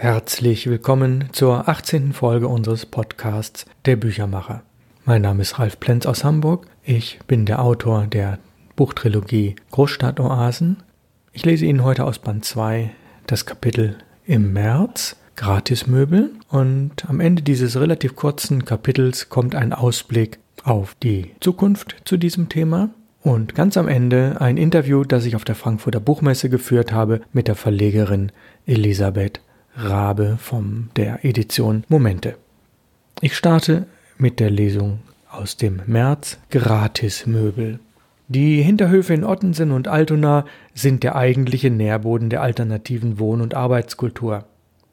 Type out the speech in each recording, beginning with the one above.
Herzlich willkommen zur 18. Folge unseres Podcasts Der Büchermacher. Mein Name ist Ralf Plenz aus Hamburg. Ich bin der Autor der Buchtrilogie Großstadtoasen. Ich lese Ihnen heute aus Band 2 das Kapitel Im März, Gratismöbel. Und am Ende dieses relativ kurzen Kapitels kommt ein Ausblick auf die Zukunft zu diesem Thema. Und ganz am Ende ein Interview, das ich auf der Frankfurter Buchmesse geführt habe mit der Verlegerin Elisabeth Rabe von der Edition Momente. Ich starte mit der Lesung aus dem März, Gratismöbel. Die Hinterhöfe in Ottensen und Altona sind der eigentliche Nährboden der alternativen Wohn- und Arbeitskultur.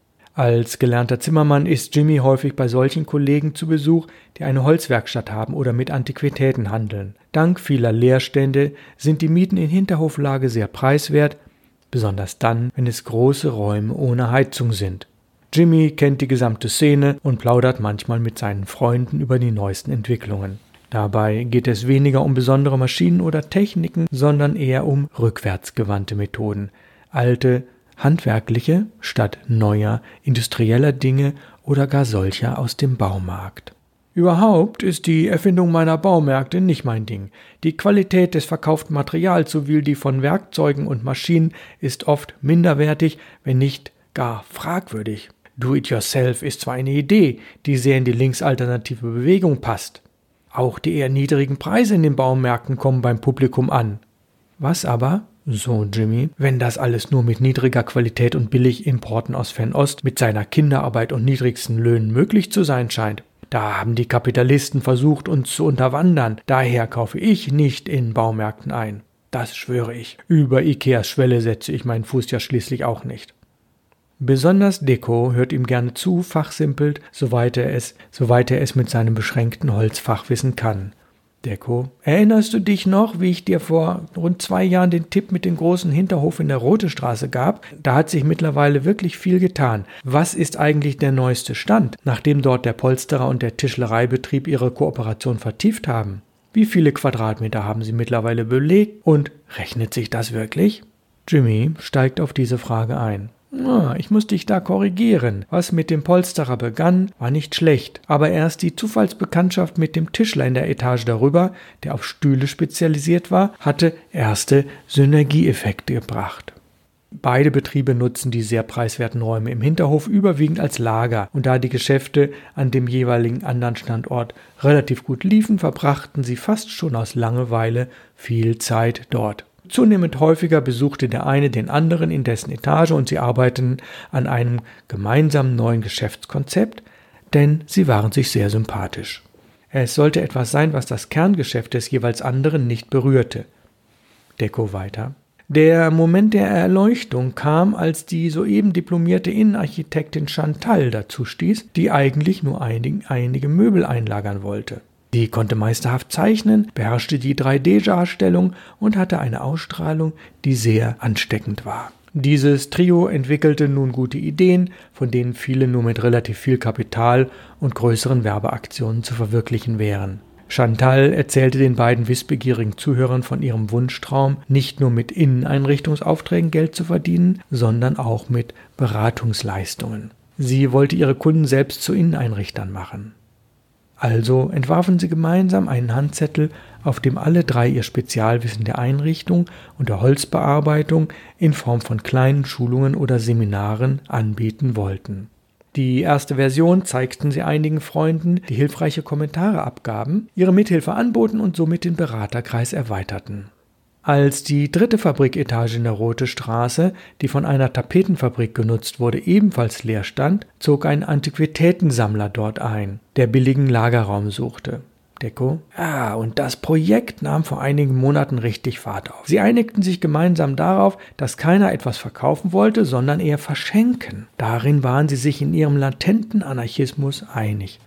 Als gelernter Zimmermann ist Jimmy häufig bei solchen Kollegen zu Besuch, die eine Holzwerkstatt haben oder mit Antiquitäten handeln. Dank vieler Leerstände sind die Mieten in Hinterhoflage sehr preiswert, besonders dann, wenn es große Räume ohne Heizung sind. Jimmy kennt die gesamte Szene und plaudert manchmal mit seinen Freunden über die neuesten Entwicklungen. Dabei geht es weniger um besondere Maschinen oder Techniken, sondern eher um rückwärtsgewandte Methoden, alte, handwerkliche statt neuer, industrieller Dinge oder gar solcher aus dem Baumarkt. Überhaupt ist die Erfindung meiner Baumärkte nicht mein Ding. Die Qualität des verkauften Materials sowie die von Werkzeugen und Maschinen ist oft minderwertig, wenn nicht gar fragwürdig. Do-it-yourself ist zwar eine Idee, die sehr in die linksalternative Bewegung passt. Auch die eher niedrigen Preise in den Baumärkten kommen beim Publikum an. Was aber, so Jimmy, wenn das alles nur mit niedriger Qualität und Billigimporten aus Fernost mit seiner Kinderarbeit und niedrigsten Löhnen möglich zu sein scheint? Da haben die Kapitalisten versucht, uns zu unterwandern. Daher kaufe ich nicht in Baumärkten ein. Das schwöre ich. Über Ikeas Schwelle setze ich meinen Fuß ja schließlich auch nicht. Besonders Deko hört ihm gerne zu, fachsimpelt, soweit er es mit seinem beschränkten Holzfachwissen kann. Deko, erinnerst du dich noch, wie ich dir vor rund 2 Jahren den Tipp mit dem großen Hinterhof in der Rote Straße gab? Da hat sich mittlerweile wirklich viel getan. Was ist eigentlich der neueste Stand, nachdem dort der Polsterer und der Tischlereibetrieb ihre Kooperation vertieft haben? Wie viele Quadratmeter haben sie mittlerweile belegt und rechnet sich das wirklich? Jimmy steigt auf diese Frage ein. Ich muss dich da korrigieren. Was mit dem Polsterer begann, war nicht schlecht, aber erst die Zufallsbekanntschaft mit dem Tischler in der Etage darüber, der auf Stühle spezialisiert war, hatte erste Synergieeffekte gebracht. Beide Betriebe nutzen die sehr preiswerten Räume im Hinterhof überwiegend als Lager, und da die Geschäfte an dem jeweiligen anderen Standort relativ gut liefen, verbrachten sie fast schon aus Langeweile viel Zeit dort. Zunehmend häufiger besuchte der eine den anderen in dessen Etage und sie arbeiteten an einem gemeinsamen neuen Geschäftskonzept, denn sie waren sich sehr sympathisch. Es sollte etwas sein, was das Kerngeschäft des jeweils anderen nicht berührte. Deko weiter. Der Moment der Erleuchtung kam, als die soeben diplomierte Innenarchitektin Chantal dazu stieß, die eigentlich nur einige Möbel einlagern wollte. Die konnte meisterhaft zeichnen, beherrschte die 3D-Darstellung und hatte eine Ausstrahlung, die sehr ansteckend war. Dieses Trio entwickelte nun gute Ideen, von denen viele nur mit relativ viel Kapital und größeren Werbeaktionen zu verwirklichen wären. Chantal erzählte den beiden wissbegierigen Zuhörern von ihrem Wunschtraum, nicht nur mit Inneneinrichtungsaufträgen Geld zu verdienen, sondern auch mit Beratungsleistungen. Sie wollte ihre Kunden selbst zu Inneneinrichtern machen. Also entwarfen sie gemeinsam einen Handzettel, auf dem alle 3 ihr Spezialwissen der Einrichtung und der Holzbearbeitung in Form von kleinen Schulungen oder Seminaren anbieten wollten. Die erste Version zeigten sie einigen Freunden, die hilfreiche Kommentare abgaben, ihre Mithilfe anboten und somit den Beraterkreis erweiterten. Als die 3. Fabriketage in der Rote Straße, die von einer Tapetenfabrik genutzt wurde, ebenfalls leer stand, zog ein Antiquitätensammler dort ein, der billigen Lagerraum suchte. Deko. Und das Projekt nahm vor einigen Monaten richtig Fahrt auf. Sie einigten sich gemeinsam darauf, dass keiner etwas verkaufen wollte, sondern eher verschenken. Darin waren sie sich in ihrem latenten Anarchismus einig.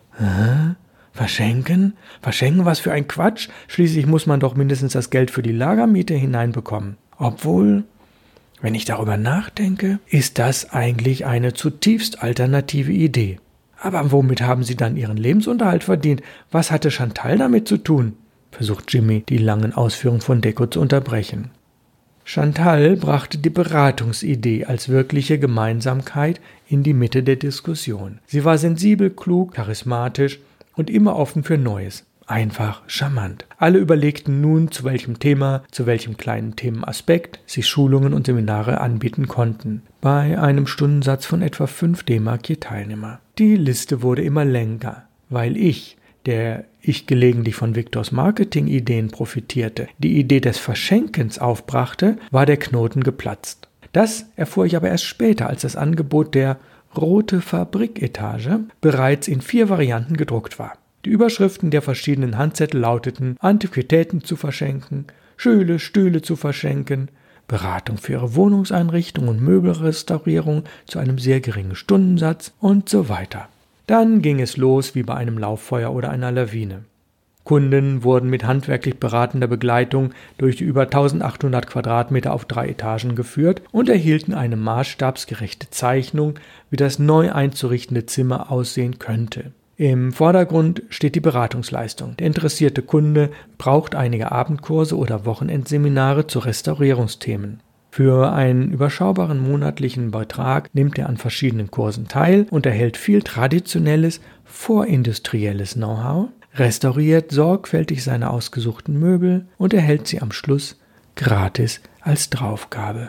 Verschenken? Verschenken, was für ein Quatsch? Schließlich muss man doch mindestens das Geld für die Lagermiete hineinbekommen. Obwohl, wenn ich darüber nachdenke, ist das eigentlich eine zutiefst alternative Idee. Aber womit haben sie dann ihren Lebensunterhalt verdient? Was hatte Chantal damit zu tun? Versucht Jimmy, die langen Ausführungen von Deko zu unterbrechen. Chantal brachte die Beratungsidee als wirkliche Gemeinsamkeit in die Mitte der Diskussion. Sie war sensibel, klug, charismatisch und immer offen für Neues. Einfach charmant. Alle überlegten nun, zu welchem Thema, zu welchem kleinen Themenaspekt sie Schulungen und Seminare anbieten konnten. Bei einem Stundensatz von etwa 5 D-Mark je Teilnehmer. Die Liste wurde immer länger, weil ich gelegentlich von Viktors Marketingideen profitierte, die Idee des Verschenkens aufbrachte, war der Knoten geplatzt. Das erfuhr ich aber erst später, als das Angebot der Rote Fabriketage bereits in 4 Varianten gedruckt war. Die Überschriften der verschiedenen Handzettel lauteten: Antiquitäten zu verschenken, schöne Stühle zu verschenken, Beratung für Ihre Wohnungseinrichtung und Möbelrestaurierung zu einem sehr geringen Stundensatz und so weiter. Dann ging es los wie bei einem Lauffeuer oder einer Lawine. Kunden wurden mit handwerklich beratender Begleitung durch die über 1800 Quadratmeter auf 3 Etagen geführt und erhielten eine maßstabsgerechte Zeichnung, wie das neu einzurichtende Zimmer aussehen könnte. Im Vordergrund steht die Beratungsleistung. Der interessierte Kunde braucht einige Abendkurse oder Wochenendseminare zu Restaurierungsthemen. Für einen überschaubaren monatlichen Betrag nimmt er an verschiedenen Kursen teil und erhält viel traditionelles, vorindustrielles Know-how, restauriert sorgfältig seine ausgesuchten Möbel und erhält sie am Schluss gratis als Draufgabe.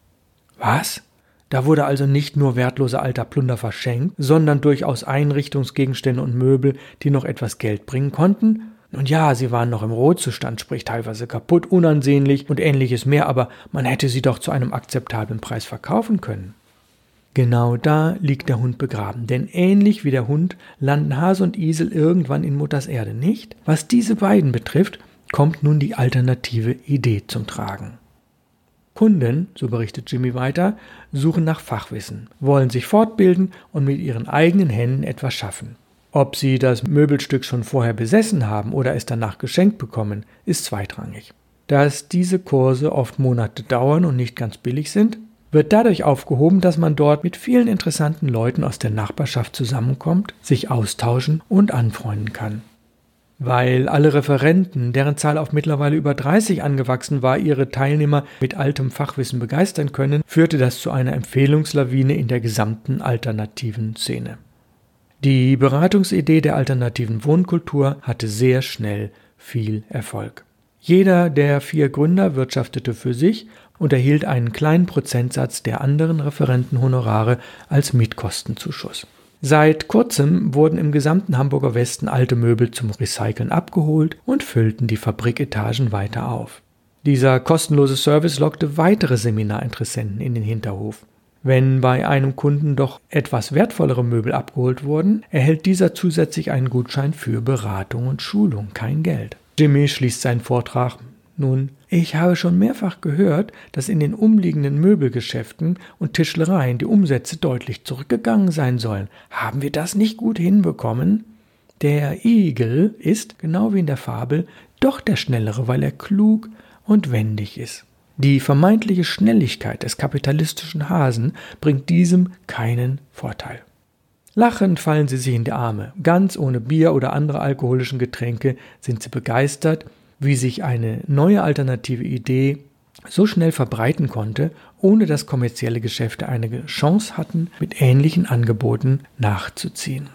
Was? Da wurde also nicht nur wertloser alter Plunder verschenkt, sondern durchaus Einrichtungsgegenstände und Möbel, die noch etwas Geld bringen konnten? Nun ja, sie waren noch im Rohzustand, sprich teilweise kaputt, unansehnlich und ähnliches mehr, aber man hätte sie doch zu einem akzeptablen Preis verkaufen können. Genau da liegt der Hund begraben, denn ähnlich wie der Hund landen Hase und Isel irgendwann in Mutters Erde nicht. Was diese beiden betrifft, kommt nun die alternative Idee zum Tragen. Kunden, so berichtet Jimmy weiter, suchen nach Fachwissen, wollen sich fortbilden und mit ihren eigenen Händen etwas schaffen. Ob sie das Möbelstück schon vorher besessen haben oder es danach geschenkt bekommen, ist zweitrangig. Dass diese Kurse oft Monate dauern und nicht ganz billig sind, wird dadurch aufgehoben, dass man dort mit vielen interessanten Leuten aus der Nachbarschaft zusammenkommt, sich austauschen und anfreunden kann. Weil alle Referenten, deren Zahl auf mittlerweile über 30 angewachsen war, ihre Teilnehmer mit altem Fachwissen begeistern können, führte das zu einer Empfehlungslawine in der gesamten alternativen Szene. Die Beratungsidee der alternativen Wohnkultur hatte sehr schnell viel Erfolg. Jeder der 4 Gründer wirtschaftete für sich und erhielt einen kleinen Prozentsatz der anderen Referentenhonorare als Mietkostenzuschuss. Seit kurzem wurden im gesamten Hamburger Westen alte Möbel zum Recyceln abgeholt und füllten die Fabriketagen weiter auf. Dieser kostenlose Service lockte weitere Seminarinteressenten in den Hinterhof. Wenn bei einem Kunden doch etwas wertvollere Möbel abgeholt wurden, erhält dieser zusätzlich einen Gutschein für Beratung und Schulung, kein Geld. Jimmy schließt seinen Vortrag: Nun, ich habe schon mehrfach gehört, dass in den umliegenden Möbelgeschäften und Tischlereien die Umsätze deutlich zurückgegangen sein sollen. Haben wir das nicht gut hinbekommen? Der Igel ist, genau wie in der Fabel, doch der Schnellere, weil er klug und wendig ist. Die vermeintliche Schnelligkeit des kapitalistischen Hasen bringt diesem keinen Vorteil. Lachend fallen sie sich in die Arme. Ganz ohne Bier oder andere alkoholischen Getränke sind sie begeistert, wie sich eine neue alternative Idee so schnell verbreiten konnte, ohne dass kommerzielle Geschäfte eine Chance hatten, mit ähnlichen Angeboten nachzuziehen.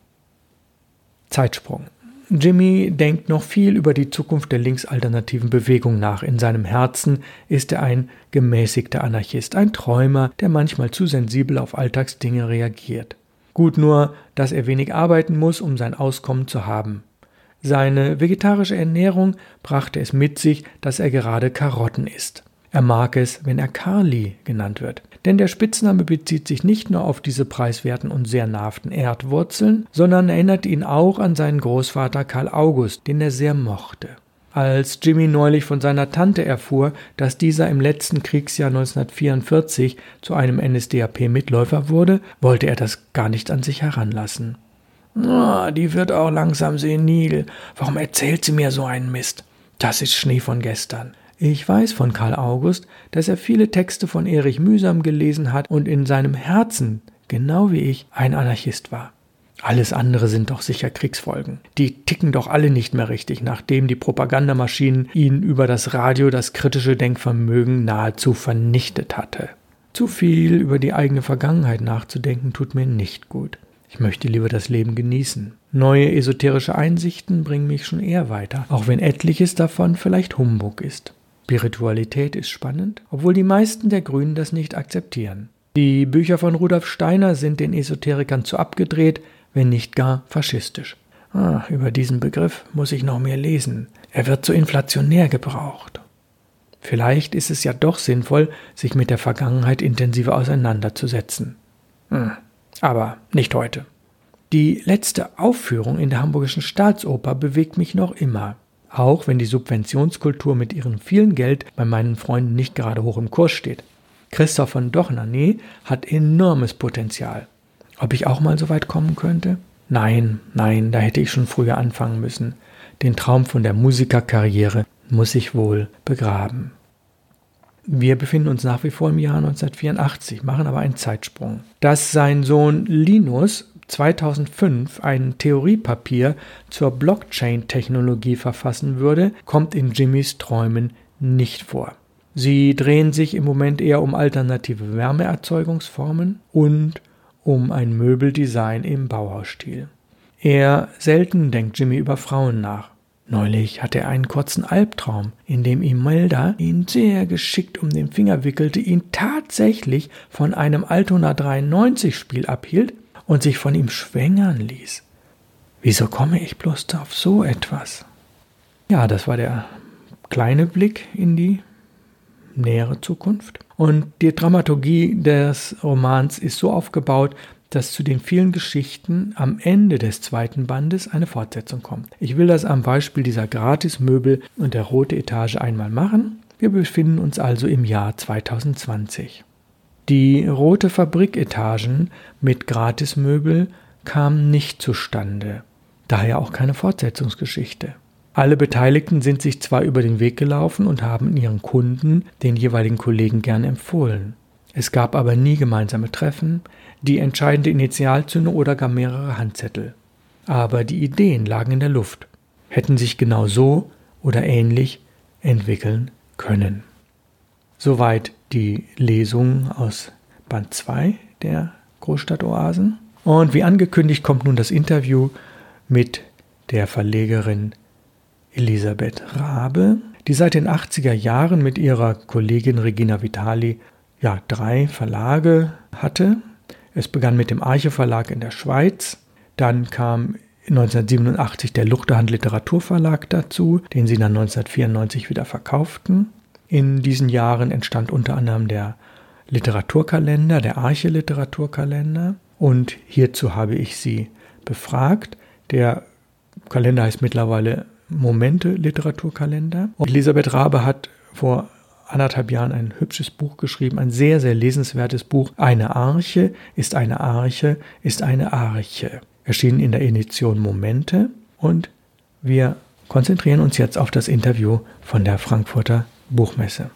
Zeitsprung. Jimmy denkt noch viel über die Zukunft der linksalternativen Bewegung nach. In seinem Herzen ist er ein gemäßigter Anarchist, ein Träumer, der manchmal zu sensibel auf Alltagsdinge reagiert. Gut nur, dass er wenig arbeiten muss, um sein Auskommen zu haben. Seine vegetarische Ernährung brachte es mit sich, dass er gerade Karotten isst. Er mag es, wenn er Karli genannt wird. Denn der Spitzname bezieht sich nicht nur auf diese preiswerten und sehr nahrhaften Erdwurzeln, sondern erinnert ihn auch an seinen Großvater Karl August, den er sehr mochte. Als Jimmy neulich von seiner Tante erfuhr, dass dieser im letzten Kriegsjahr 1944 zu einem NSDAP-Mitläufer wurde, wollte er das gar nicht an sich heranlassen. Die wird auch langsam senil. Warum erzählt sie mir so einen Mist? Das ist Schnee von gestern. Ich weiß von Karl August, dass er viele Texte von Erich Mühsam gelesen hat und in seinem Herzen, genau wie ich, ein Anarchist war. Alles andere sind doch sicher Kriegsfolgen. Die ticken doch alle nicht mehr richtig, nachdem die Propagandamaschinen ihnen über das Radio das kritische Denkvermögen nahezu vernichtet hatte. Zu viel über die eigene Vergangenheit nachzudenken tut mir nicht gut. Ich möchte lieber das Leben genießen. Neue esoterische Einsichten bringen mich schon eher weiter, auch wenn etliches davon vielleicht Humbug ist. Spiritualität ist spannend, obwohl die meisten der Grünen das nicht akzeptieren. Die Bücher von Rudolf Steiner sind den Esoterikern zu abgedreht, wenn nicht gar faschistisch. Über diesen Begriff muss ich noch mehr lesen. Er wird so inflationär gebraucht. Vielleicht ist es ja doch sinnvoll, sich mit der Vergangenheit intensiver auseinanderzusetzen. Aber nicht heute. Die letzte Aufführung in der Hamburgischen Staatsoper bewegt mich noch immer. Auch wenn die Subventionskultur mit ihrem vielen Geld bei meinen Freunden nicht gerade hoch im Kurs steht. Christoph von Dohnanyi hat enormes Potenzial. Ob ich auch mal so weit kommen könnte? Nein, da hätte ich schon früher anfangen müssen. Den Traum von der Musikerkarriere muss ich wohl begraben. Wir befinden uns nach wie vor im Jahr 1984, machen aber einen Zeitsprung. Dass sein Sohn Linus 2005 ein Theoriepapier zur Blockchain-Technologie verfassen würde, kommt in Jimmys Träumen nicht vor. Sie drehen sich im Moment eher um alternative Wärmeerzeugungsformen und um ein Möbeldesign im Bauhausstil. Eher selten denkt Jimmy über Frauen nach. Neulich hatte er einen kurzen Albtraum, in dem Imelda ihn sehr geschickt um den Finger wickelte, ihn tatsächlich von einem Altona 93-Spiel abhielt und sich von ihm schwängern ließ. Wieso komme ich bloß auf so etwas? Ja, das war der kleine Blick in die nähere Zukunft. Und die Dramaturgie des Romans ist so aufgebaut, dass zu den vielen Geschichten am Ende des zweiten Bandes eine Fortsetzung kommt. Ich will das am Beispiel dieser Gratismöbel und der rote Etage einmal machen. Wir befinden uns also im Jahr 2020. Die rote Fabriketagen mit Gratismöbel kamen nicht zustande, daher auch keine Fortsetzungsgeschichte. Alle Beteiligten sind sich zwar über den Weg gelaufen und haben ihren Kunden den jeweiligen Kollegen gern empfohlen. Es gab aber nie gemeinsame Treffen, die entscheidende Initialzündung oder gar mehrere Handzettel. Aber die Ideen lagen in der Luft, hätten sich genau so oder ähnlich entwickeln können. Soweit die Lesung aus Band 2 der Großstadtoasen. Und wie angekündigt kommt nun das Interview mit der Verlegerin Elisabeth Raabe, die seit den 80er Jahren mit ihrer Kollegin Regina Vitali 3 Verlage hatte. Es begann mit dem Arche Verlag in der Schweiz, dann kam 1987 der Luchterhand Literaturverlag dazu, den sie dann 1994 wieder verkauften. In diesen Jahren entstand unter anderem der Literaturkalender, der Arche Literaturkalender, und hierzu habe ich sie befragt. Der Kalender heißt mittlerweile Momente Literaturkalender. Und Elisabeth Raabe hat vor 1,5 Jahren ein hübsches Buch geschrieben, ein sehr, sehr lesenswertes Buch. Eine Arche ist eine Arche ist eine Arche. Erschienen in der Edition Momente, und wir konzentrieren uns jetzt auf das Interview von der Frankfurter Buchmesse.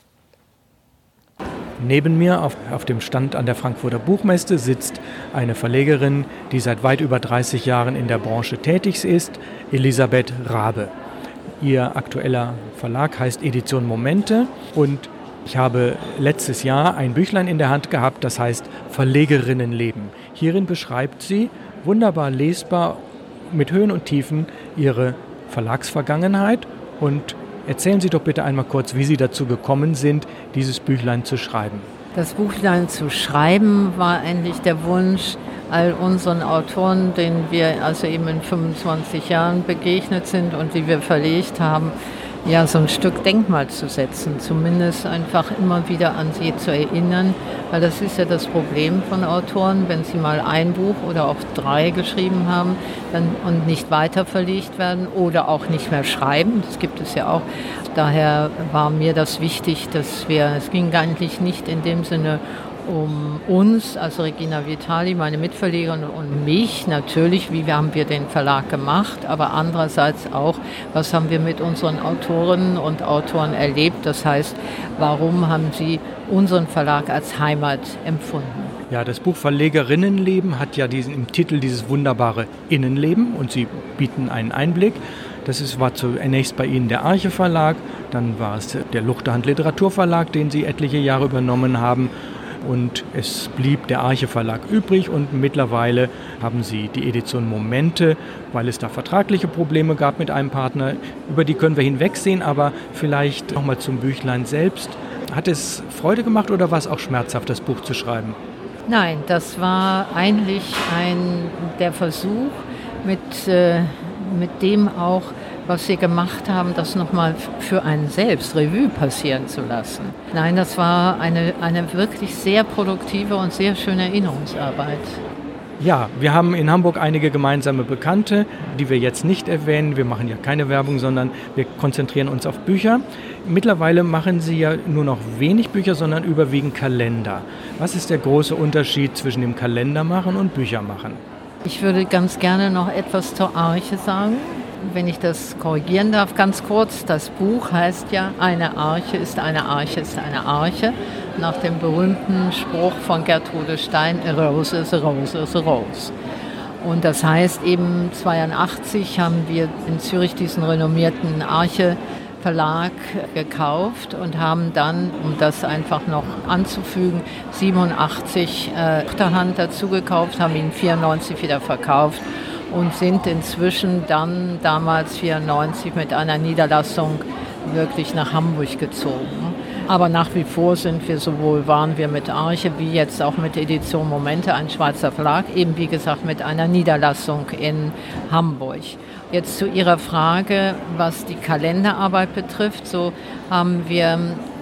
Neben mir auf dem Stand an der Frankfurter Buchmesse sitzt eine Verlegerin, die seit weit über 30 Jahren in der Branche tätig ist, Elisabeth Raabe. Ihr aktueller Verlag heißt Edition Momente, und ich habe letztes Jahr ein Büchlein in der Hand gehabt, das heißt Verlegerinnenleben. Hierin beschreibt sie wunderbar lesbar mit Höhen und Tiefen ihre Verlagsvergangenheit. Und erzählen Sie doch bitte einmal kurz, wie Sie dazu gekommen sind, dieses Büchlein zu schreiben. Das Buchlein zu schreiben war eigentlich der Wunsch, all unseren Autoren, denen wir also eben in 25 Jahren begegnet sind und die wir verlegt haben, ja, so ein Stück Denkmal zu setzen, zumindest einfach immer wieder an sie zu erinnern, weil das ist ja das Problem von Autoren, wenn sie mal ein Buch oder auch 3 geschrieben haben und nicht weiter verlegt werden oder auch nicht mehr schreiben, das gibt es ja auch. Daher war mir das wichtig, es ging eigentlich nicht in dem Sinne um uns, also Regina Vitali, meine Mitverlegerin, und mich natürlich, wie haben wir den Verlag gemacht, aber andererseits auch, was haben wir mit unseren Autorinnen und Autoren erlebt, das heißt, warum haben sie unseren Verlag als Heimat empfunden. Ja, das Buch Verlegerinnenleben hat ja im Titel dieses wunderbare Innenleben und Sie bieten einen Einblick. War zunächst bei Ihnen der Arche Verlag, dann war es der Luchterhand Literaturverlag, den Sie etliche Jahre übernommen haben. Und es blieb der Arche Verlag übrig und mittlerweile haben Sie die Edition Momente, weil es da vertragliche Probleme gab mit einem Partner. Über die können wir hinwegsehen, aber vielleicht nochmal zum Büchlein selbst. Hat es Freude gemacht oder war es auch schmerzhaft, das Buch zu schreiben? Nein, das war eigentlich der Versuch, mit dem auch, was wir gemacht haben, das nochmal für einen selbst Revue passieren zu lassen. Nein, das war eine wirklich sehr produktive und sehr schöne Erinnerungsarbeit. Ja, wir haben in Hamburg einige gemeinsame Bekannte, die wir jetzt nicht erwähnen. Wir machen ja keine Werbung, sondern wir konzentrieren uns auf Bücher. Mittlerweile machen Sie ja nur noch wenig Bücher, sondern überwiegend Kalender. Was ist der große Unterschied zwischen dem Kalendermachen und Büchermachen? Ich würde ganz gerne noch etwas zur Arche sagen, wenn ich das korrigieren darf, ganz kurz. Das Buch heißt ja, eine Arche ist eine Arche ist eine Arche, nach dem berühmten Spruch von Gertrude Stein, a rose is a rose is a rose. Und das heißt eben, 1982 haben wir in Zürich diesen renommierten Arche Verlag gekauft und haben dann, um das einfach noch anzufügen, 87 Luchterhand dazu gekauft, haben ihn 94 wieder verkauft und sind inzwischen dann damals 94 mit einer Niederlassung wirklich nach Hamburg gezogen. Aber nach wie vor waren wir mit Arche wie jetzt auch mit Edition Momente, ein Schweizer Verlag, eben wie gesagt mit einer Niederlassung in Hamburg. Jetzt zu Ihrer Frage, was die Kalenderarbeit betrifft, so haben wir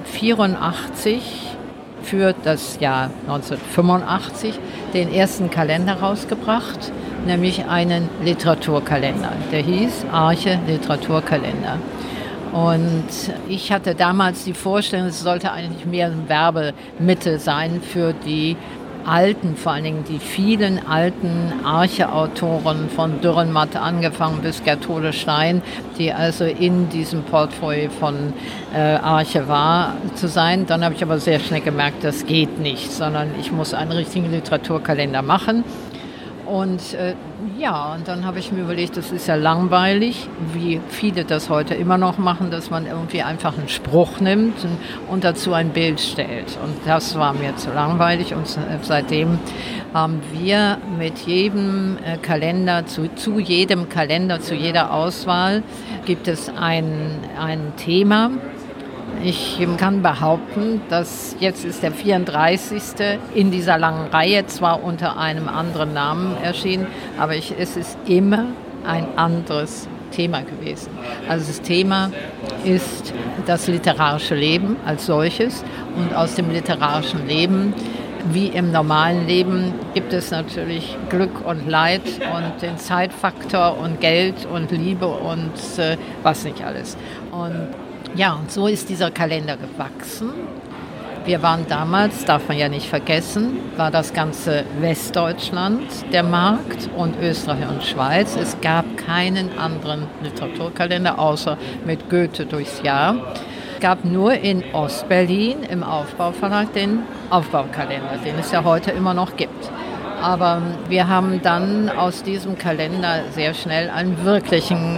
84 für das Jahr 1985 den ersten Kalender rausgebracht, nämlich einen Literaturkalender. Der hieß Arche Literaturkalender. Und ich hatte damals die Vorstellung, es sollte eigentlich mehr ein Werbemittel sein für die alten, vor allen Dingen die vielen alten Arche-Autoren von Dürrenmatt angefangen bis Gertrude Stein, die also in diesem Portfolio von Arche war, zu sein. Dann habe ich aber sehr schnell gemerkt, das geht nicht, sondern ich muss einen richtigen Literaturkalender machen. Und und dann habe ich mir überlegt, das ist ja langweilig, wie viele das heute immer noch machen, dass man irgendwie einfach einen Spruch nimmt und dazu ein Bild stellt. Und das war mir zu langweilig und seitdem haben wir mit jedem Kalender, zu jedem Kalender, zu jeder Auswahl gibt es ein Thema. Ich kann behaupten, dass jetzt ist der 34. in dieser langen Reihe, zwar unter einem anderen Namen erschienen, aber es ist immer ein anderes Thema gewesen. Also das Thema ist das literarische Leben als solches und aus dem literarischen Leben, wie im normalen Leben, gibt es natürlich Glück und Leid und den Zeitfaktor und Geld und Liebe und was nicht alles. Und so ist dieser Kalender gewachsen. Wir waren damals, darf man ja nicht vergessen, war das ganze Westdeutschland der Markt und Österreich und Schweiz. Es gab keinen anderen Literaturkalender, außer mit Goethe durchs Jahr. Es gab nur in Ostberlin im Aufbauverlag den Aufbaukalender, den es ja heute immer noch gibt. Aber wir haben dann aus diesem Kalender sehr schnell einen wirklichen,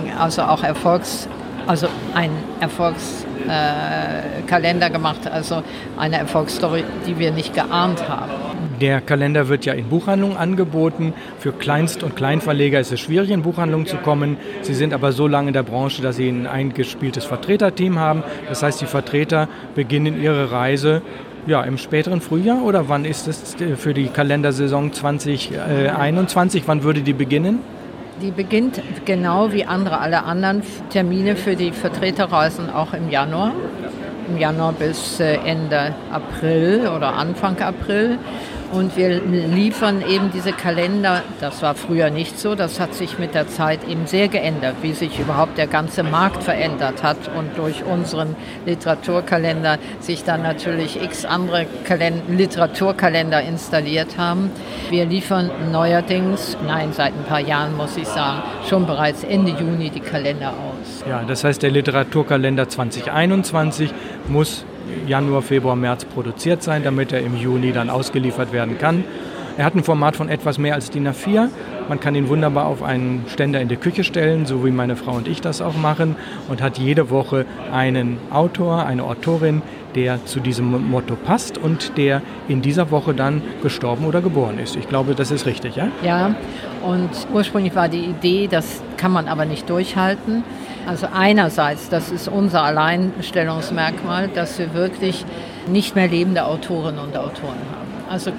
einen Erfolgskalender gemacht, also eine Erfolgsstory, die wir nicht geahnt haben. Der Kalender wird ja in Buchhandlungen angeboten. Für Kleinst- und Kleinverleger ist es schwierig, in Buchhandlungen zu kommen. Sie sind aber so lange in der Branche, dass Sie ein eingespieltes Vertreterteam haben. Das heißt, die Vertreter beginnen ihre Reise im späteren Frühjahr, oder wann ist es für die Kalendersaison 2021? Wann würde die beginnen? Die beginnt genau wie alle anderen Termine für die Vertreterreisen auch im Januar. Im Januar bis Ende April oder Anfang April. Und wir liefern eben diese Kalender, das war früher nicht so, das hat sich mit der Zeit eben sehr geändert, wie sich überhaupt der ganze Markt verändert hat und durch unseren Literaturkalender sich dann natürlich x andere Literaturkalender installiert haben. Wir liefern neuerdings, seit ein paar Jahren muss ich sagen, schon bereits Ende Juni die Kalender aus. Ja, das heißt, der Literaturkalender 2021 muss Januar, Februar, März produziert sein, damit er im Juni dann ausgeliefert werden kann. Er hat ein Format von etwas mehr als DIN A4. Man kann ihn wunderbar auf einen Ständer in der Küche stellen, so wie meine Frau und ich das auch machen, und hat jede Woche einen Autor, eine Autorin, der zu diesem Motto passt und der in dieser Woche dann gestorben oder geboren ist. Ich glaube, das ist richtig, ja? Ja, und ursprünglich war die Idee, das kann man aber nicht durchhalten. Also einerseits, das ist unser Alleinstellungsmerkmal, dass wir wirklich nicht mehr lebende Autorinnen und Autoren haben. Also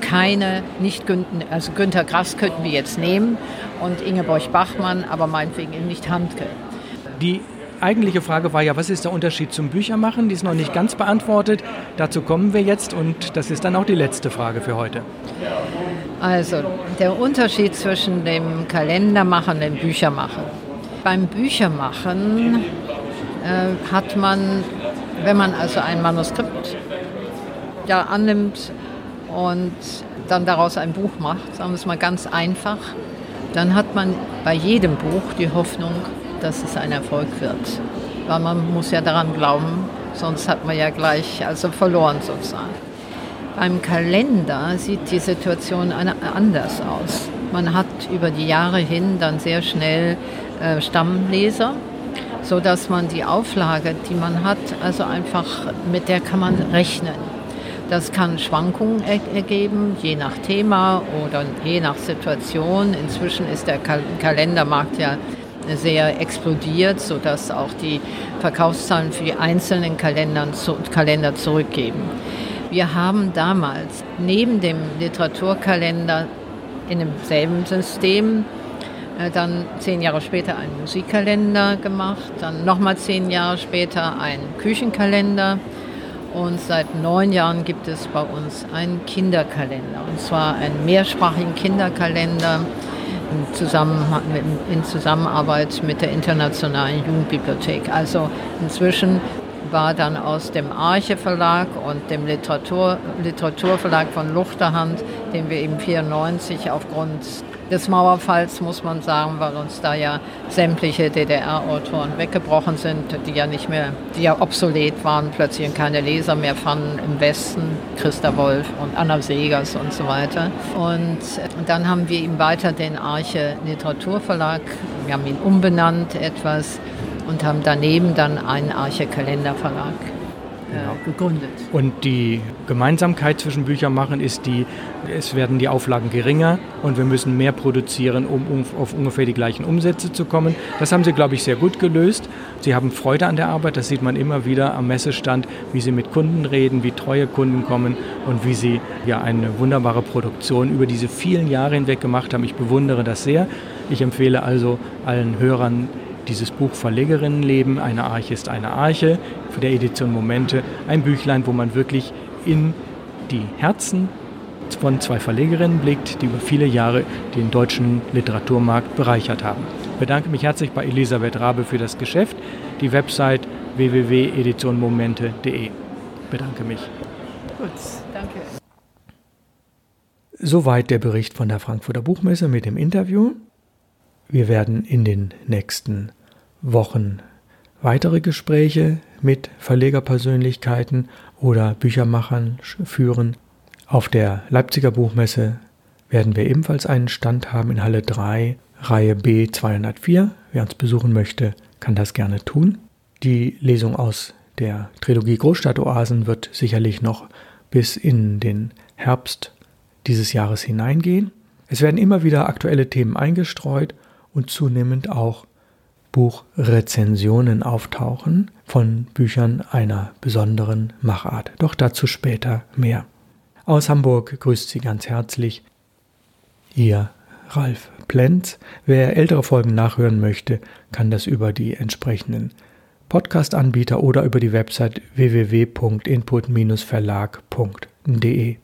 also Günter Grass könnten wir jetzt nehmen und Ingeborg Bachmann, aber meinetwegen nicht Handke. Die eigentliche Frage war ja, was ist der Unterschied zum Büchermachen? Die ist noch nicht ganz beantwortet. Dazu kommen wir jetzt und das ist dann auch die letzte Frage für heute. Also der Unterschied zwischen dem Kalendermachen und dem Büchermachen. Beim Büchermachen hat man, wenn man also ein Manuskript annimmt und dann daraus ein Buch macht, sagen wir es mal ganz einfach, dann hat man bei jedem Buch die Hoffnung, dass es ein Erfolg wird. Weil man muss ja daran glauben, sonst hat man ja gleich verloren sozusagen. Beim Kalender sieht die Situation anders aus. Man hat über die Jahre hin dann sehr schnell Stammleser, sodass man die Auflage, die man hat, also einfach mit der kann man rechnen. Das kann Schwankungen ergeben, je nach Thema oder je nach Situation. Inzwischen ist der Kalendermarkt ja sehr explodiert, sodass auch die Verkaufszahlen für die einzelnen Kalender zurückgeben. Wir haben damals neben dem Literaturkalender in demselben System dann 10 Jahre später einen Musikkalender gemacht, dann nochmal 10 Jahre später einen Küchenkalender. Und seit 9 Jahren gibt es bei uns einen Kinderkalender. Und zwar einen mehrsprachigen Kinderkalender in Zusammenarbeit mit der Internationalen Jugendbibliothek. Also inzwischen war dann aus dem Arche Verlag und dem Literaturverlag von Luchterhand, den wir eben 1994 aufgrund des Mauerfalls, muss man sagen, weil uns da ja sämtliche DDR-Autoren weggebrochen sind, die ja obsolet waren, plötzlich keine Leser mehr fanden im Westen, Christa Wolf und Anna Segers und so weiter. Und dann haben wir ihm weiter den Arche Literaturverlag, wir haben ihn umbenannt etwas und haben daneben dann einen Arche Kalenderverlag gegründet. Und die Gemeinsamkeit zwischen Büchermachen ist es werden die Auflagen geringer und wir müssen mehr produzieren, um auf ungefähr die gleichen Umsätze zu kommen. Das haben Sie, glaube ich, sehr gut gelöst. Sie haben Freude an der Arbeit, das sieht man immer wieder am Messestand, wie Sie mit Kunden reden, wie treue Kunden kommen und wie Sie eine wunderbare Produktion über diese vielen Jahre hinweg gemacht haben. Ich bewundere das sehr. Ich empfehle also allen Hörern, dieses Buch Verlegerinnenleben, eine Arche ist eine Arche, für der Edition Momente, ein Büchlein, wo man wirklich in die Herzen von 2 Verlegerinnen blickt, die über viele Jahre den deutschen Literaturmarkt bereichert haben. Ich bedanke mich herzlich bei Elisabeth Rabe für das Geschäft, die Website www.editionmomente.de. Bedanke mich. Gut, danke. Soweit der Bericht von der Frankfurter Buchmesse mit dem Interview. Wir werden in den nächsten Wochen weitere Gespräche mit Verlegerpersönlichkeiten oder Büchermachern führen. Auf der Leipziger Buchmesse werden wir ebenfalls einen Stand haben in Halle 3, Reihe B 204. Wer uns besuchen möchte, kann das gerne tun. Die Lesung aus der Trilogie Großstadtoasen wird sicherlich noch bis in den Herbst dieses Jahres hineingehen. Es werden immer wieder aktuelle Themen eingestreut und zunehmend auch Buchrezensionen auftauchen von Büchern einer besonderen Machart. Doch dazu später mehr. Aus Hamburg grüßt Sie ganz herzlich Ihr Ralf Plenz. Wer ältere Folgen nachhören möchte, kann das über die entsprechenden Podcast-Anbieter oder über die Website www.input-verlag.de